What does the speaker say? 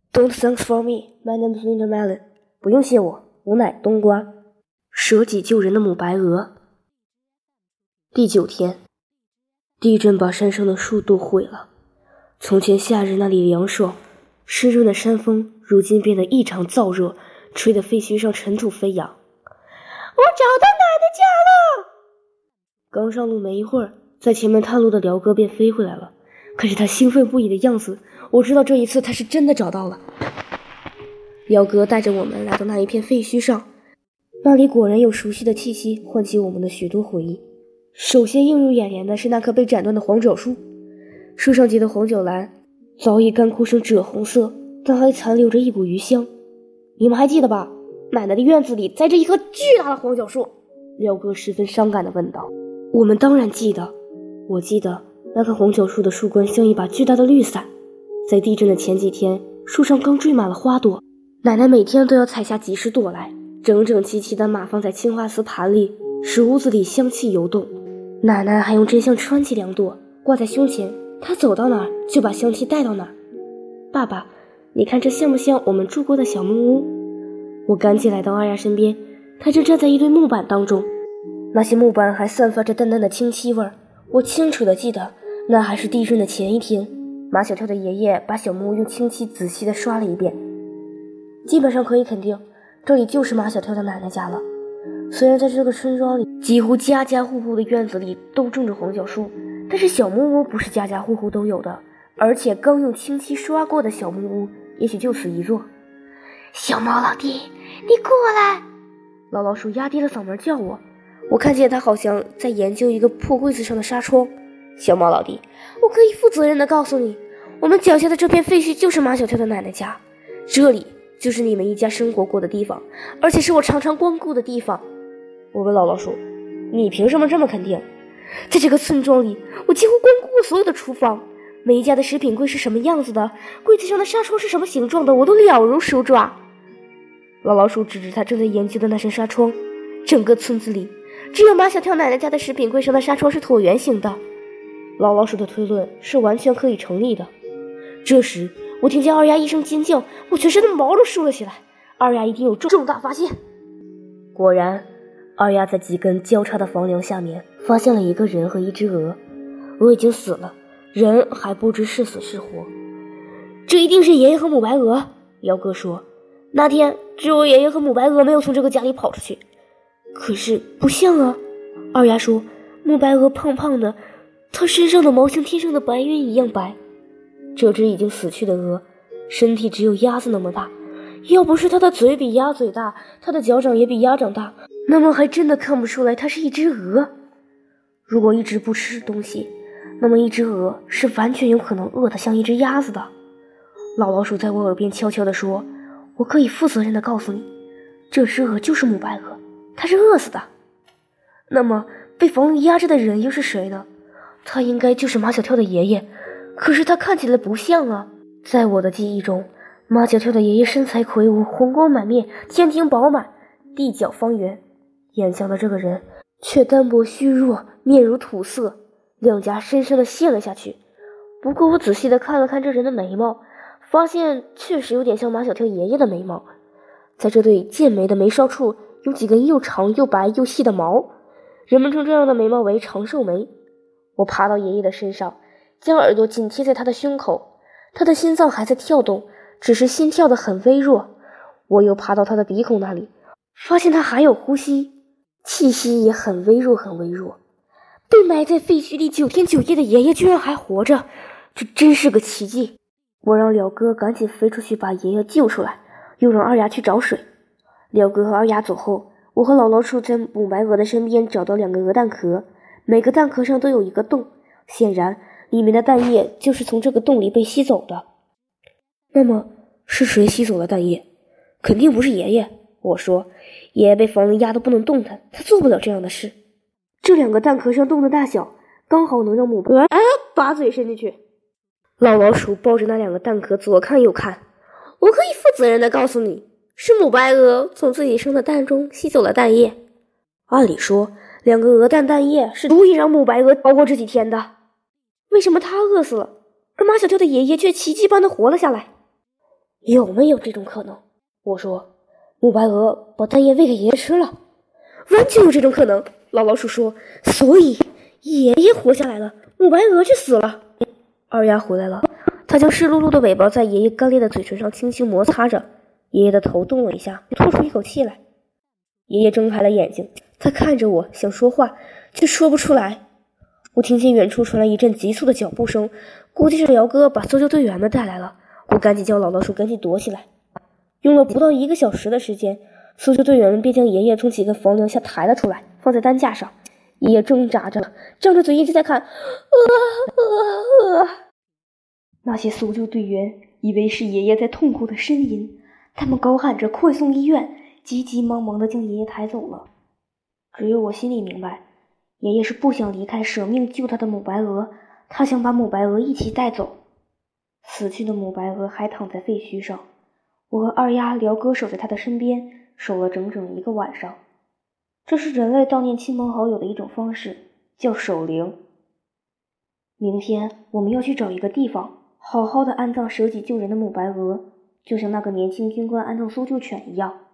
Don't thanks for me, my name is Winter Melon。不用谢我，我乃冬瓜。舍己救人的母白鹅。第9天，地震把山上的树都毁了。从前夏日那里凉爽、湿润的山风，如今变得异常燥热，吹得废墟上尘土飞扬。我找到奶奶家了！刚上路没一会儿，在前面探路的辽哥便飞回来了。看着他兴奋不已的样子，我知道这一次他是真的找到了。辽哥带着我们来到那一片废墟上，那里果然有熟悉的气息，唤起我们的许多回忆。首先映入眼帘的是那棵被斩断的黄角树，树上结的黄角兰早已干枯成赭红色，但还残留着一股余香。你们还记得吧？奶奶的院子里栽着一棵巨大的黄角树。辽哥十分伤感地问道。我们当然记得，我记得那棵黄角树的树冠像一把巨大的绿伞，在地震的前几天，树上刚缀满了花朵，奶奶每天都要采下几十朵来，整整齐齐地码放在青花瓷盘里，使屋子里香气游动。奶奶还用针线穿起2朵，挂在胸前，她走到哪儿就把香气带到哪儿。爸爸，你看这像不像我们住过的小木屋？我赶紧来到二丫身边，她正站在一堆木板当中，那些木板还散发着淡淡的清漆味儿。我清楚地记得，那还是地震的前一天，马小跳的爷爷把小木屋用清漆仔细地刷了一遍。基本上可以肯定，这里就是马小跳的奶奶家了。虽然在这个村庄里，几乎家家户户的院子里都种着黄角树，但是小木屋不是家家户户都有的，而且刚用清漆刷过的小木屋也许就此一座。小猫老弟，你过来！老老鼠压低了嗓门叫我，我看见他好像在研究一个破柜子上的纱窗。小猫老弟，我可以负责任地告诉你，我们脚下的这片废墟就是马小跳的奶奶家，这里就是你们一家生活过的地方，而且是我常常光顾的地方。我问老老鼠，你凭什么这么肯定？在这个村庄里，我几乎光顾过所有的厨房，每一家的食品柜是什么样子的，柜子上的纱窗是什么形状的，我都了如手爪。老老鼠指指他正在研究的那扇纱窗，整个村子里只有马小跳奶奶家的食品柜上的纱窗是椭圆形的。老老鼠的推论是完全可以成立的。这时我听见二丫一声尖叫，我全身的毛都竖了起来。二丫一定有重大发现。果然，二丫在几根交叉的房梁下面发现了一个人和一只鹅。鹅已经死了，人还不知是死是活。这一定是爷爷和母白鹅，辽哥说。那天只有爷爷和母白鹅没有从这个家里跑出去。可是不像啊，二丫说，母白鹅胖胖的，它身上的毛像天上的白云一样白。这只已经死去的鹅，身体只有鸭子那么大，要不是它的嘴比鸭嘴大，它的脚掌也比鸭掌大，那么还真的看不出来它是一只鹅。如果一直不吃东西，那么一只鹅是完全有可能饿得像一只鸭子的。老老鼠在我耳边悄悄地说，我可以负责任地告诉你，这只鹅就是母白鹅，它是饿死的。那么被房里压着的人又是谁呢？他应该就是马小跳的爷爷，可是他看起来不像啊。在我的记忆中，马小跳的爷爷身材魁梧，红光满面，天庭饱满，地角方圆。眼前的这个人却单薄虚弱，面如土色，两颊深深地陷了下去。不过我仔细地看了看这人的眉毛，发现确实有点像马小跳爷爷的眉毛，在这对剑眉的眉梢处有几根又长又白又细的毛，人们称这样的眉毛为长寿眉。我爬到爷爷的身上，将耳朵紧贴在他的胸口，他的心脏还在跳动，只是心跳得很微弱。我又爬到他的鼻孔那里，发现他还有呼吸，气息也很微弱很微弱。被埋在废墟里9天9夜的爷爷居然还活着，这真是个奇迹。我让辽哥赶紧飞出去把爷爷救出来，又让二丫去找水。辽哥和二丫走后，我和老老鼠在母白鹅的身边找到2个鹅蛋壳，每个蛋壳上都有一个洞，显然里面的蛋液就是从这个洞里被吸走的。那么是谁吸走了蛋液？肯定不是爷爷。我说，爷爷被房里压得不能动弹，他做不了这样的事。这2个蛋壳上洞的大小刚好能让母白鹅把嘴伸进去。老老鼠抱着那2个蛋壳左看右看，我可以负责任地告诉你，是母白鹅从自己生的蛋中吸走了蛋液。按理说2个鹅蛋蛋液是足以让母白鹅熬过这几天的，为什么它饿死了，而马小跳的爷爷却奇迹般的活了下来？ 有没有这种可能？我说，母白鹅把蛋液喂给爷爷吃了。完全有这种可能，老老鼠说，所以爷爷活下来了，母白鹅却死了。二丫回来了，她将湿漉漉的尾巴在爷爷干裂的嘴唇上轻轻摩擦着，爷爷的头动了一下，吐出一口气来。爷爷睁开了眼睛，他看着我，想说话，却说不出来。我听见远处传来一阵急促的脚步声，估计是辽哥把搜救队员们带来了。我赶紧叫老老鼠赶紧躲起来。用了不到1个小时的时间，搜救队员们便将爷爷从几个房梁下抬了出来，放在担架上。爷爷挣扎着，张着嘴一直在看。那些搜救队员以为是爷爷在痛苦的呻吟，他们高喊着快送医院，急急忙忙地将爷爷抬走了。只有我心里明白，爷爷是不想离开舍命救他的母白鹅，他想把母白鹅一起带走。死去的母白鹅还躺在废墟上，我和二丫、辽哥守在他的身边，守了整整1个晚上。这是人类悼念亲朋好友的一种方式，叫守灵。明天我们要去找一个地方，好好的安葬舍己救人的母白鹅，就像那个年轻军官安葬搜救犬一样。